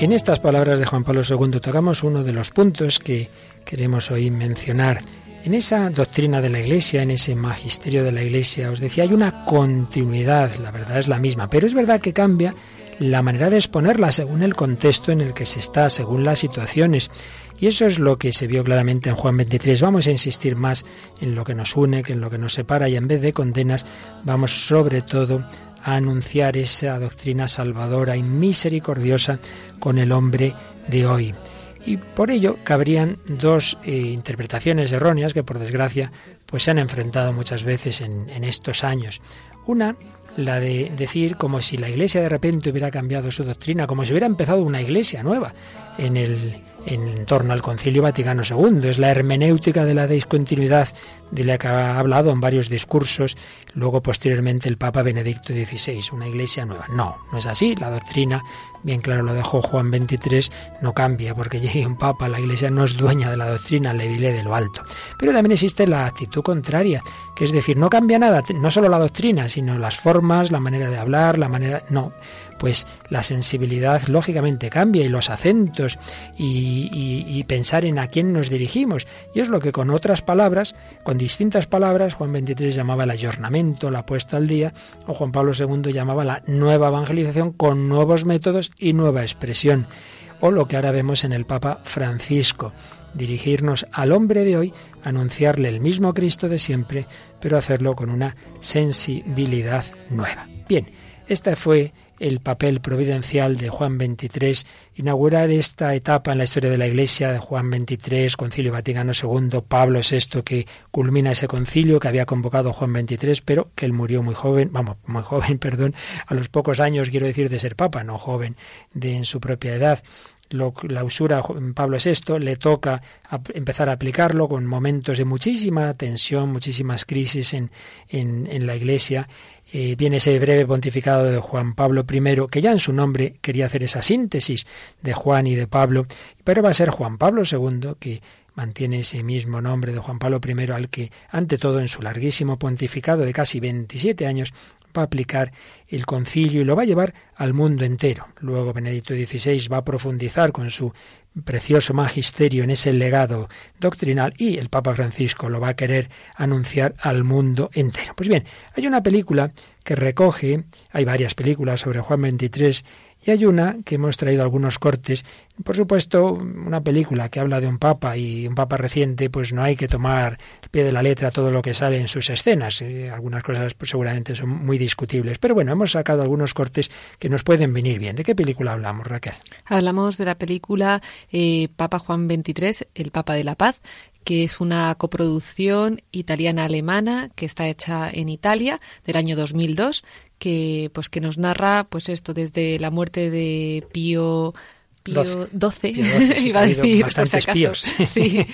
En estas palabras de Juan Pablo segundo tocamos uno de los puntos que queremos hoy mencionar. En esa doctrina de la Iglesia, en ese magisterio de la Iglesia, os decía, hay una continuidad, la verdad es la misma, pero es verdad que cambia la manera de exponerla según el contexto en el que se está, según las situaciones. Y eso es lo que se vio claramente en Juan veintitrés. Vamos a insistir más en lo que nos une que en lo que nos separa, y en vez de condenas vamos sobre todo a anunciar esa doctrina salvadora y misericordiosa con el hombre de hoy. Y por ello cabrían dos eh, interpretaciones erróneas que, por desgracia, pues se han enfrentado muchas veces en, en estos años. Una, la de decir como si la Iglesia de repente hubiera cambiado su doctrina, como si hubiera empezado una Iglesia nueva en el en torno al Concilio Vaticano segundo. Es la hermenéutica de la discontinuidad de la que ha hablado en varios discursos, luego posteriormente el Papa Benedicto dieciséis, una Iglesia nueva. No, no es así. La doctrina, bien claro lo dejó Juan veintitrés, no cambia porque llegue un Papa. La Iglesia no es dueña de la doctrina, le vile de lo alto. Pero también existe la actitud contraria, que es decir, no cambia nada, no solo la doctrina, sino las formas, la manera de hablar, la manera... No, pues la sensibilidad lógicamente cambia, y los acentos, y, y, y pensar en a quién nos dirigimos. Y es lo que con otras palabras, con distintas palabras, Juan veintitrés llamaba el ayornamiento, la puesta al día, o Juan Pablo segundo llamaba la nueva evangelización con nuevos métodos y nueva expresión. O lo que ahora vemos en el Papa Francisco, dirigirnos al hombre de hoy, anunciarle el mismo Cristo de siempre, pero hacerlo con una sensibilidad nueva. Bien, esta fue el papel providencial de Juan veintitrés, inaugurar esta etapa en la historia de la Iglesia de Juan veintitrés, Concilio Vaticano segundo, Pablo sexto, que culmina ese concilio que había convocado Juan veintitrés, pero que él murió muy joven, vamos, muy joven, perdón, a los pocos años, quiero decir, de ser papa, no joven de en su propia edad. Lo clausura Pablo sexto, le toca a empezar a aplicarlo con momentos de muchísima tensión, muchísimas crisis en, en, en la Iglesia. Eh, viene ese breve pontificado de Juan Pablo primero, que ya en su nombre quería hacer esa síntesis de Juan y de Pablo, pero va a ser Juan Pablo segundo, que mantiene ese mismo nombre de Juan Pablo primero, al que, ante todo, en su larguísimo pontificado de casi veintisiete años, va a aplicar el concilio y lo va a llevar al mundo entero. Luego Benedicto dieciséis va a profundizar con su precioso magisterio en ese legado doctrinal, y el Papa Francisco lo va a querer anunciar al mundo entero. Pues bien, hay una película que recoge, hay varias películas sobre Juan veintitrés, y hay una que hemos traído algunos cortes. Por supuesto, una película que habla de un papa y un papa reciente, pues no hay que tomar al pie de la letra todo lo que sale en sus escenas. Eh, algunas cosas pues, seguramente son muy discutibles. Pero bueno, hemos sacado algunos cortes que nos pueden venir bien. ¿De qué película hablamos, Raquel? Hablamos de la película eh, Papa Juan veintitrés, el Papa de la Paz, que es una coproducción italiana-alemana que está hecha en Italia del año dos mil dos, que pues que nos narra pues esto desde la muerte de Pío Pío doce, Pío doce sí, iba a decir, por si acaso, píos. Sí,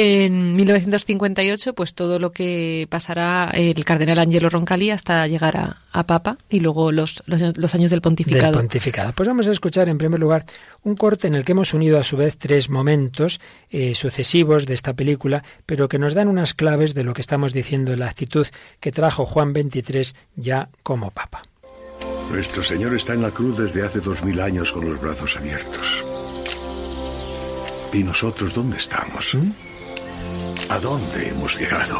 en mil novecientos cincuenta y ocho, pues todo lo que pasará el cardenal Angelo Roncalli hasta llegar a, a Papa, y luego los, los, los años del pontificado. Del pontificado. Pues vamos a escuchar en primer lugar un corte en el que hemos unido a su vez tres momentos eh, sucesivos de esta película, pero que nos dan unas claves de lo que estamos diciendo en la actitud que trajo Juan veintitrés ya como Papa. Nuestro Señor está en la cruz desde hace dos mil años con los brazos abiertos. ¿Y nosotros dónde estamos? ¿Mm? ¿A dónde hemos llegado?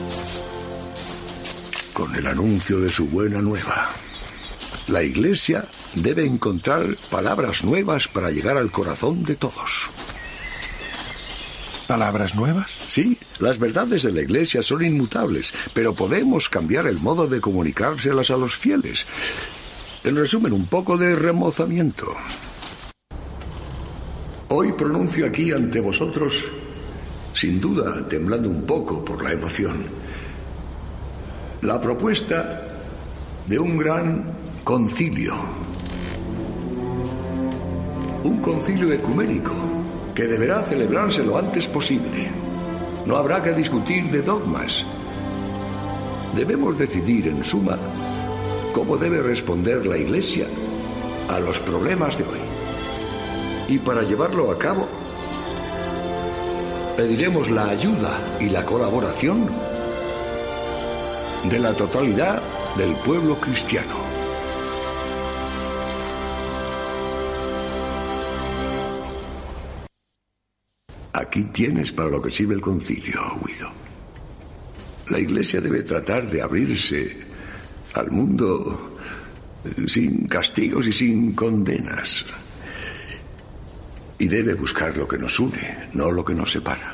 Con el anuncio de su buena nueva. La Iglesia debe encontrar palabras nuevas para llegar al corazón de todos. ¿Palabras nuevas? Sí, las verdades de la Iglesia son inmutables, pero podemos cambiar el modo de comunicárselas a los fieles. En resumen, un poco de remozamiento. Hoy pronuncio aquí ante vosotros, sin duda temblando un poco por la emoción, la propuesta de un gran concilio. Un concilio ecuménico que deberá celebrarse lo antes posible. No habrá que discutir de dogmas. Debemos decidir, en suma, cómo debe responder la Iglesia a los problemas de hoy. Y para llevarlo a cabo, pediremos la ayuda y la colaboración de la totalidad del pueblo cristiano. Aquí tienes para lo que sirve el concilio, Guido. La Iglesia debe tratar de abrirse al mundo sin castigos y sin condenas. Y debe buscar lo que nos une, no lo que nos separa.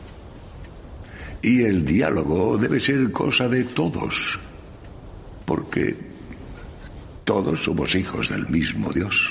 Y el diálogo debe ser cosa de todos, porque todos somos hijos del mismo Dios.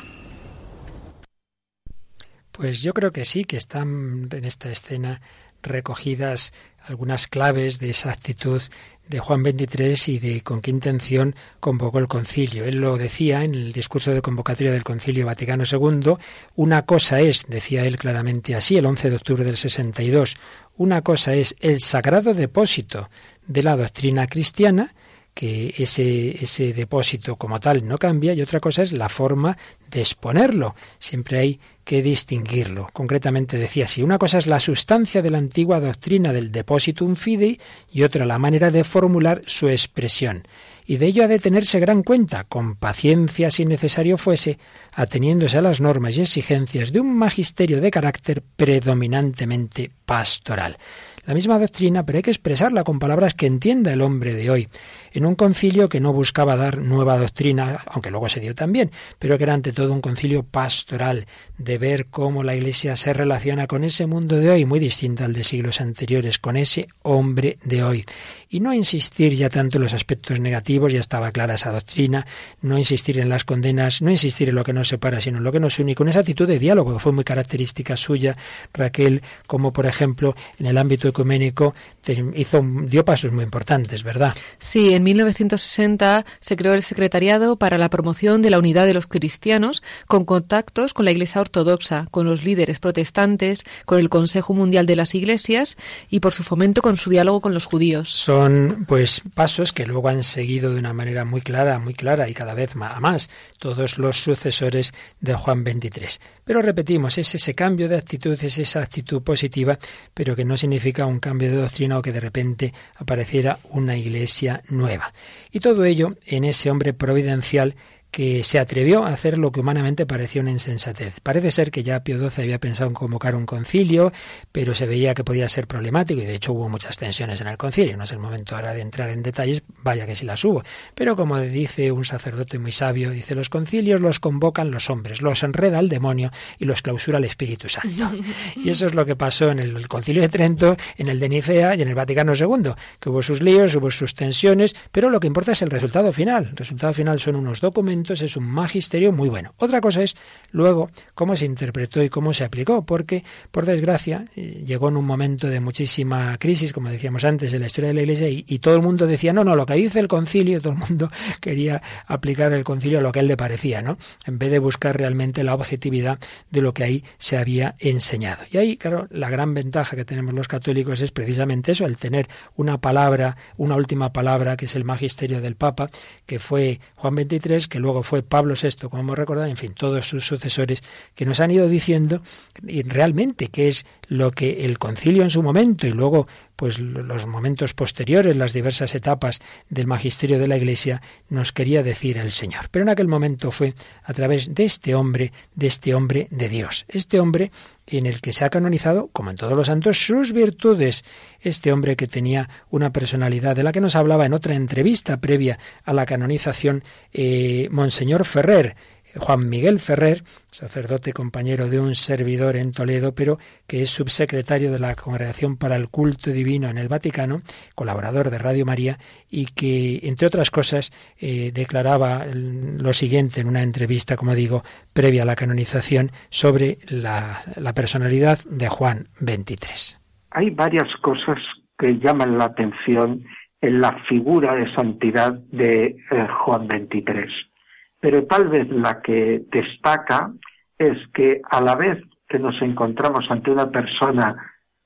Pues yo creo que sí, que están en esta escena recogidas algunas claves de esa actitud de Juan veintitrés y de con qué intención convocó el concilio. Él lo decía en el discurso de convocatoria del Concilio Vaticano segundo, una cosa es, decía él claramente así, el once de octubre del sesenta y dos, una cosa es el sagrado depósito de la doctrina cristiana, que ese, ese depósito como tal no cambia, y otra cosa es la forma de exponerlo. Siempre hay que distinguirlo. Concretamente decía así, una cosa es la sustancia de la antigua doctrina del depositum fidei y otra la manera de formular su expresión. Y de ello ha de tenerse gran cuenta, con paciencia si necesario fuese, ateniéndose a las normas y exigencias de un magisterio de carácter predominantemente pastoral. La misma doctrina, pero hay que expresarla con palabras que entienda el hombre de hoy. En un concilio que no buscaba dar nueva doctrina, aunque luego se dio también, pero que era ante todo un concilio pastoral, de ver cómo la Iglesia se relaciona con ese mundo de hoy, muy distinto al de siglos anteriores, con ese hombre de hoy. Y no insistir ya tanto en los aspectos negativos, ya estaba clara esa doctrina, no insistir en las condenas, no insistir en lo que nos separa, sino en lo que nos une, con esa actitud de diálogo que fue muy característica suya, Raquel, como por ejemplo en el ámbito ecuménico hizo, dio pasos muy importantes, ¿verdad? Sí, en mil novecientos sesenta se creó el Secretariado para la Promoción de la Unidad de los Cristianos, con contactos con la Iglesia Ortodoxa, con los líderes protestantes, con el Consejo Mundial de las Iglesias y por su fomento con su diálogo con los judíos. Son pues pasos que luego han seguido de una manera muy clara, muy clara y cada vez más, más todos los sucesores de Juan veintitrés. Pero repetimos, es ese cambio de actitud, es esa actitud positiva, pero que no significa un cambio de doctrina o que de repente apareciera una iglesia nueva. Y todo ello en ese hombre providencial que se atrevió a hacer lo que humanamente parecía una insensatez. Parece ser que ya Pío doce había pensado en convocar un concilio, pero se veía que podía ser problemático y de hecho hubo muchas tensiones en el concilio. No es el momento ahora de entrar en detalles, vaya que sí las hubo. Pero como dice un sacerdote muy sabio, dice, los concilios los convocan los hombres, los enreda el demonio y los clausura el Espíritu Santo. Y eso es lo que pasó en el concilio de Trento, en el de Nicea y en el Vaticano segundo, que hubo sus líos, hubo sus tensiones, pero lo que importa es el resultado final. El resultado final son unos documentos, es un magisterio muy bueno. Otra cosa es luego cómo se interpretó y cómo se aplicó, porque por desgracia llegó en un momento de muchísima crisis, como decíamos antes, en la historia de la Iglesia, y, y todo el mundo decía, no, no, lo que dice el concilio, todo el mundo quería aplicar el concilio a lo que a él le parecía, ¿no? En vez de buscar realmente la objetividad de lo que ahí se había enseñado. Y ahí, claro, la gran ventaja que tenemos los católicos es precisamente eso, el tener una palabra, una última palabra, que es el magisterio del Papa, que fue Juan veintitrés, que luego fue Pablo sexto, como hemos recordado, en fin, todos sus sucesores que nos han ido diciendo y realmente qué es lo que el concilio en su momento y luego pues los momentos posteriores, las diversas etapas del magisterio de la Iglesia nos quería decir el Señor. Pero en aquel momento fue a través de este hombre, de este hombre de Dios, este hombre en el que se ha canonizado, como en todos los santos, sus virtudes. Este hombre que tenía una personalidad de la que nos hablaba en otra entrevista previa a la canonización, eh, Monseñor Ferrer, Juan Miguel Ferrer, sacerdote compañero de un servidor en Toledo, pero que es subsecretario de la Congregación para el Culto Divino en el Vaticano, colaborador de Radio María, y que, entre otras cosas, eh, declaraba lo siguiente en una entrevista, como digo, previa a la canonización, sobre la, la personalidad de Juan veintitrés. Hay varias cosas que llaman la atención en la figura de santidad de eh, Juan veintitrés. Pero tal vez la que destaca es que a la vez que nos encontramos ante una persona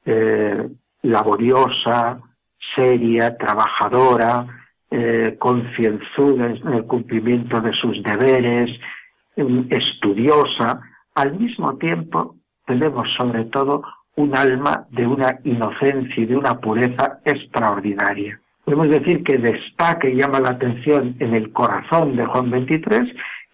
eh, laboriosa, seria, trabajadora, eh, concienzuda en el cumplimiento de sus deberes, eh, estudiosa, al mismo tiempo tenemos sobre todo un alma de una inocencia y de una pureza extraordinaria. Podemos decir que destaca y llama la atención en el corazón de Juan veintitrés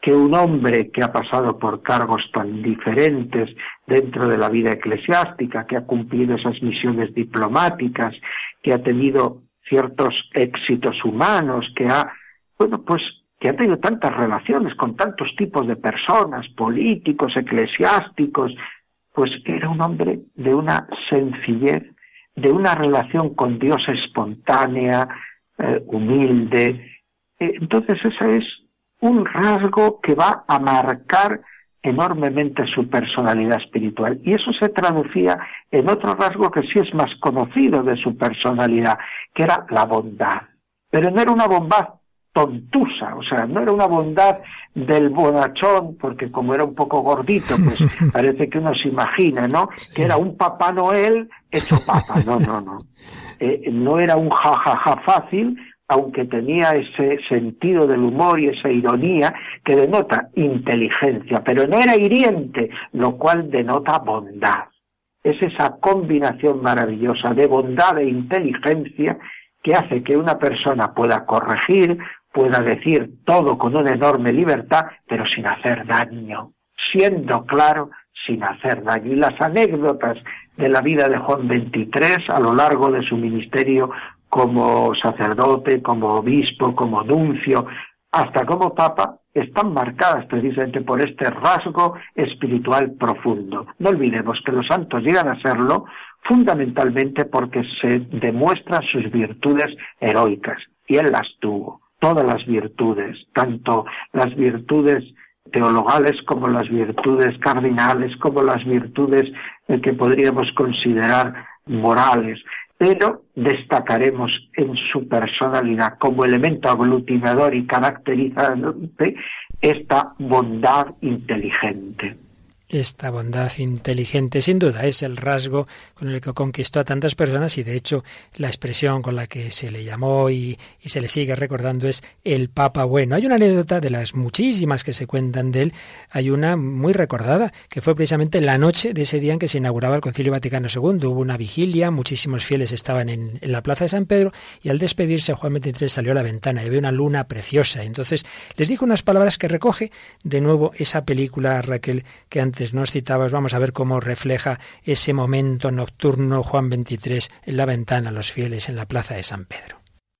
que un hombre que ha pasado por cargos tan diferentes dentro de la vida eclesiástica, que ha cumplido esas misiones diplomáticas, que ha tenido ciertos éxitos humanos, que ha, bueno, pues, que ha tenido tantas relaciones con tantos tipos de personas, políticos, eclesiásticos, pues era un hombre de una sencillez, de una relación con Dios espontánea, eh, humilde. Eh, entonces ese es un rasgo que va a marcar enormemente su personalidad espiritual. Y eso se traducía en otro rasgo que sí es más conocido de su personalidad, que era la bondad. Pero no era una bondad tontusa, o sea, no era una bondad del bonachón, porque como era un poco gordito, pues parece que uno se imagina, ¿no? Sí. Que era un Papá Noel hecho papa. No, no, no. Eh, no era un jajaja ja, ja fácil, aunque tenía ese sentido del humor y esa ironía que denota inteligencia, pero no era hiriente, lo cual denota bondad. Es esa combinación maravillosa de bondad e inteligencia que hace que una persona pueda corregir, pueda decir todo con una enorme libertad, pero sin hacer daño, siendo claro, sin hacer daño. Y las anécdotas de la vida de Juan veintitrés a lo largo de su ministerio como sacerdote, como obispo, como nuncio, hasta como papa, están marcadas precisamente por este rasgo espiritual profundo. No olvidemos que los santos llegan a serlo fundamentalmente porque se demuestran sus virtudes heroicas, y él las tuvo, todas las virtudes, tanto las virtudes teologales como las virtudes cardinales, como las virtudes eh, que podríamos considerar morales, pero destacaremos en su personalidad como elemento aglutinador y caracterizante esta bondad inteligente. Esta bondad inteligente, sin duda, es el rasgo con el que conquistó a tantas personas y, de hecho, la expresión con la que se le llamó y, y se le sigue recordando es el Papa Bueno. Hay una anécdota de las muchísimas que se cuentan de él, hay una muy recordada, que fue precisamente la noche de ese día en que se inauguraba el Concilio Vaticano segundo. Hubo una vigilia, muchísimos fieles estaban en, en la plaza de San Pedro y al despedirse Juan veintitrés salió a la ventana y vio una luna preciosa. Entonces les dijo unas palabras que recoge de nuevo esa película, Raquel, que antes nos citabas. Vamos a ver cómo refleja ese momento nocturno Juan veintitrés en la ventana, los fieles en la plaza de San Pedro.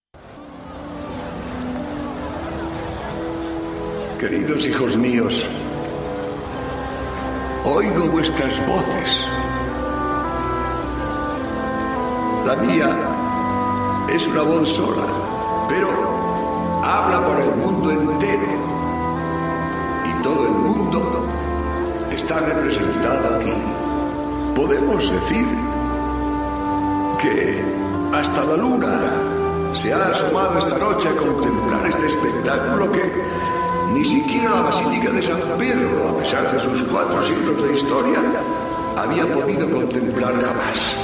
Queridos hijos míos, oigo vuestras voces. La mía es una voz sola, pero habla por el mundo entero. Y todo el mundo está representado aquí. Podemos decir que hasta la luna se ha asomado esta noche a contemplar este espectáculo que ni siquiera la Basílica de San Pedro, a pesar de sus cuatro siglos de historia, había podido contemplar jamás.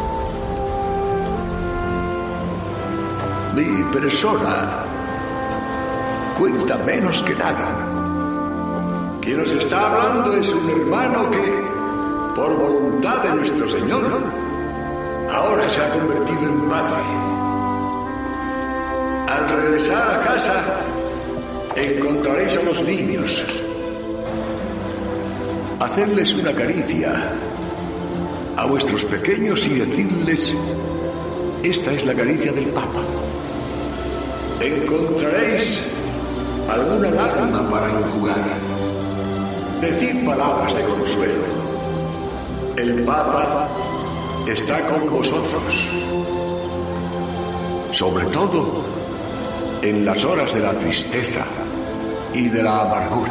Mi persona cuenta menos que nada. Quien nos está hablando es un hermano que, por voluntad de nuestro Señor, ahora se ha convertido en padre. Al regresar a casa, encontraréis a los niños. Hacedles una caricia a vuestros pequeños y decidles: esta es la caricia del Papa. Encontraréis alguna lágrima para enjugar. Decid palabras de consuelo. El Papa está con vosotros, sobre todo en las horas de la tristeza y de la amargura.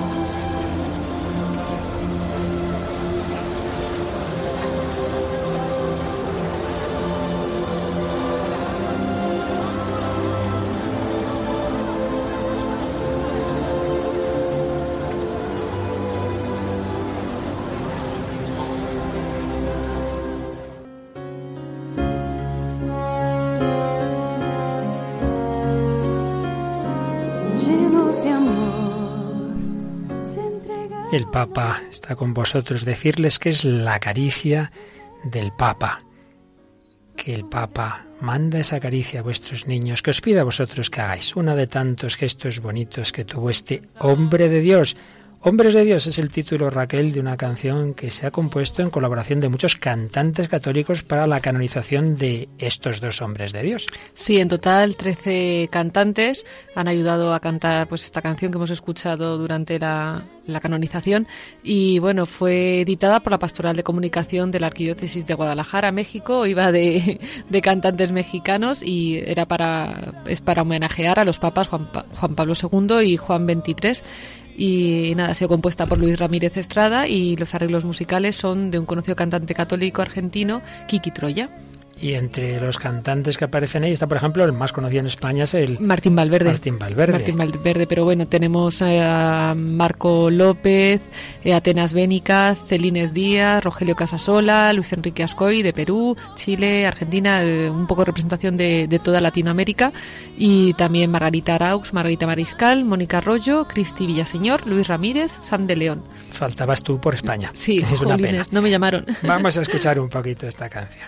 El Papa está con vosotros. Decirles que es la caricia del Papa, que el Papa manda esa caricia a vuestros niños, que os pido a vosotros que hagáis uno de tantos gestos bonitos que tuvo este hombre de Dios. Hombres de Dios es el título, Raquel, de una canción que se ha compuesto en colaboración de muchos cantantes católicos para la canonización de estos dos hombres de Dios. Sí, en total trece cantantes han ayudado a cantar pues esta canción que hemos escuchado durante la, la canonización, y bueno, fue editada por la Pastoral de Comunicación de la Arquidiócesis de Guadalajara, México. Iba de, de cantantes mexicanos y era para es para homenajear a los papas Juan, Juan Pablo segundo y Juan veintitrés. Y nada, ha sido compuesta por Luis Ramírez Estrada y los arreglos musicales son de un conocido cantante católico argentino, Kiki Troya. Y entre los cantantes que aparecen ahí está, por ejemplo, el más conocido en España es el... Martín Valverde. Martín Valverde. Martín Valverde, pero bueno, tenemos a Marco López, eh, Atenas Bénicas, Celines Díaz, Rogelio Casasola, Luis Enrique Ascoy de Perú, Chile, Argentina, eh, un poco de representación de, de toda Latinoamérica, y también Margarita Araux, Margarita Mariscal, Mónica Arroyo, Cristi Villaseñor, Luis Ramírez, Sam de León. Faltabas tú por España. Sí, es una pena. No me llamaron. Vamos a escuchar un poquito esta canción.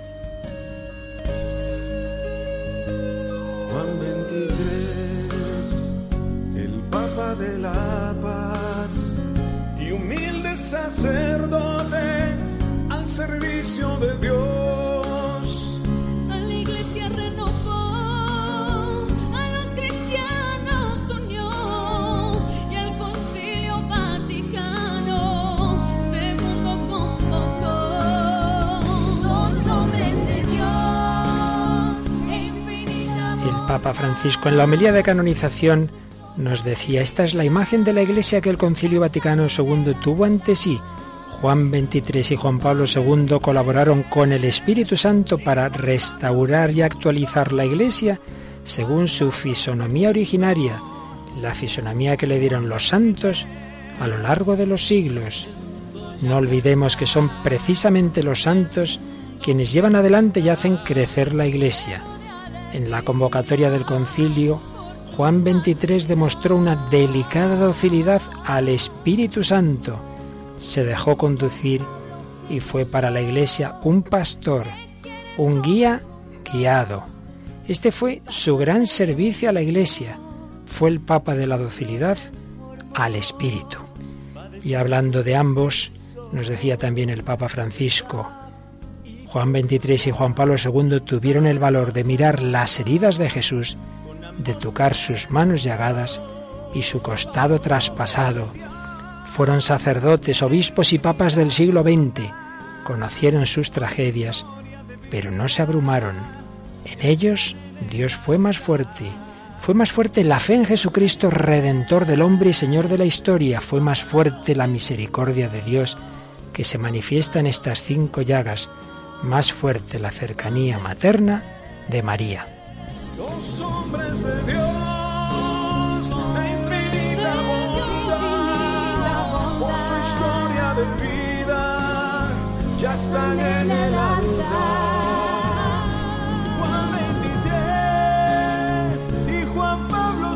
De la paz y humilde sacerdote al servicio de Dios. A la iglesia renovó, a los cristianos unió, y al Concilio Vaticano segundo convocó. Dos hombres de Dios e infinita voz. El Papa Francisco, en la homilía de canonización, nos decía: esta es la imagen de la Iglesia que el Concilio Vaticano segundo tuvo ante sí. Juan veintitrés y Juan Pablo segundo colaboraron con el Espíritu Santo para restaurar y actualizar la Iglesia según su fisonomía originaria, la fisonomía que le dieron los santos a lo largo de los siglos. No olvidemos que son precisamente los santos quienes llevan adelante y hacen crecer la Iglesia. En la convocatoria del Concilio, Juan veintitrés demostró una delicada docilidad al Espíritu Santo. Se dejó conducir y fue para la Iglesia un pastor, un guía guiado. Este fue su gran servicio a la Iglesia. Fue el Papa de la docilidad al Espíritu. Y hablando de ambos, nos decía también el Papa Francisco: Juan veintitrés y Juan Pablo segundo tuvieron el valor de mirar las heridas de Jesús, de tocar sus manos llagadas y su costado traspasado. Fueron sacerdotes, obispos y papas del siglo veinte. Conocieron sus tragedias, pero no se abrumaron. En ellos Dios fue más fuerte. Fue más fuerte la fe en Jesucristo, Redentor del hombre y Señor de la historia. Fue más fuerte la misericordia de Dios que se manifiesta en estas cinco llagas. Más fuerte la cercanía materna de María. Los hombres de Dios, de infinita bondad, por su historia de vida, ya están en el altar. Juan veintitrés y Juan Pablo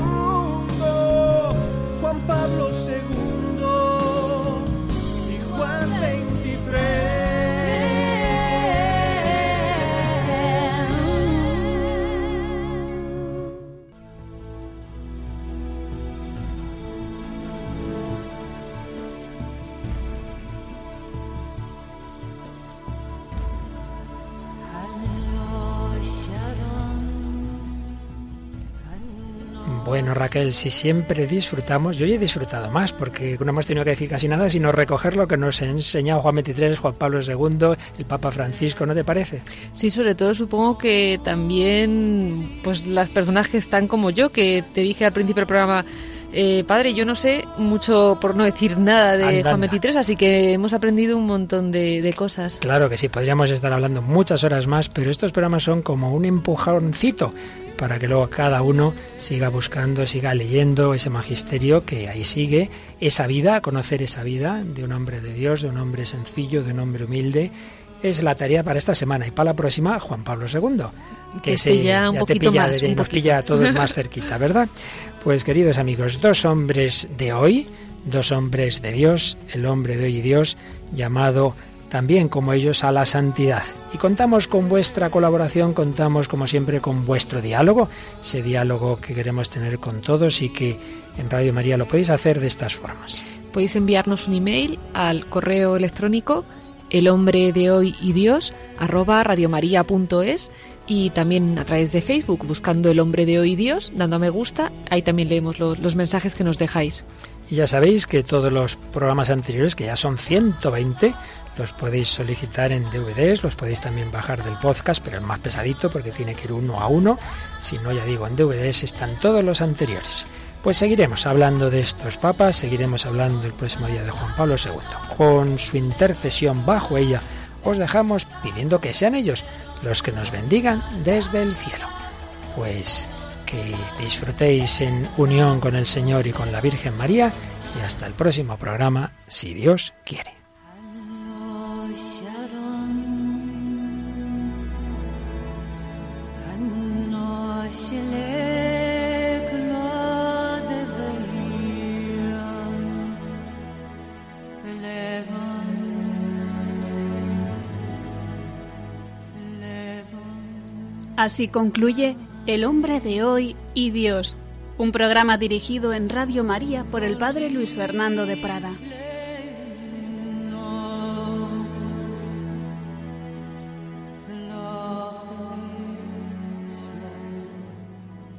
segundo, Juan Pablo segundo y Juan veintitrés. Bueno, Raquel, si siempre disfrutamos, yo hoy he disfrutado más, porque no hemos tenido que decir casi nada, sino recoger lo que nos ha enseñado Juan veintitrés, Juan Pablo segundo, el Papa Francisco, ¿no te parece? Sí, sobre todo supongo que también pues las personas que están como yo, que te dije al principio del programa, eh, padre, yo no sé mucho, por no decir nada, de Andanda. Juan veintitrés, así que hemos aprendido un montón de, de cosas. Claro que sí, podríamos estar hablando muchas horas más, pero estos programas son como un empujoncito para que luego cada uno siga buscando, siga leyendo ese magisterio que ahí sigue, esa vida, conocer esa vida de un hombre de Dios, de un hombre sencillo, de un hombre humilde. Es la tarea para esta semana, y para la próxima Juan Pablo segundo, que, que se, ya un ya poquito te pilla, más, de, un nos poquito. pilla a todos más cerquita, ¿verdad? Pues queridos amigos, dos hombres de hoy, dos hombres de Dios, el hombre de hoy y Dios, llamado también como ellos a la santidad. Y contamos con vuestra colaboración, contamos como siempre con vuestro diálogo, ese diálogo que queremos tener con todos y que en Radio María lo podéis hacer de estas formas. Podéis enviarnos un email al correo electrónico el hombre de hoy y Dios arroba radiomaria punto es, y también a través de Facebook buscando El Hombre de Hoy y Dios, dando a me gusta, ahí también leemos los, los mensajes que nos dejáis. Y ya sabéis que todos los programas anteriores, que ya son ciento veinte, los podéis solicitar en D V Ds, los podéis también bajar del podcast, pero es más pesadito porque tiene que ir uno a uno. Si no, ya digo, en D V Ds están todos los anteriores. Pues seguiremos hablando de estos papas, seguiremos hablando el próximo día de Juan Pablo segundo. Con su intercesión bajo ella, os dejamos pidiendo que sean ellos los que nos bendigan desde el cielo. Pues que disfrutéis en unión con el Señor y con la Virgen María, y hasta el próximo programa, si Dios quiere. Así concluye El Hombre de Hoy y Dios, un programa dirigido en Radio María por el Padre Luis Fernando de Prada.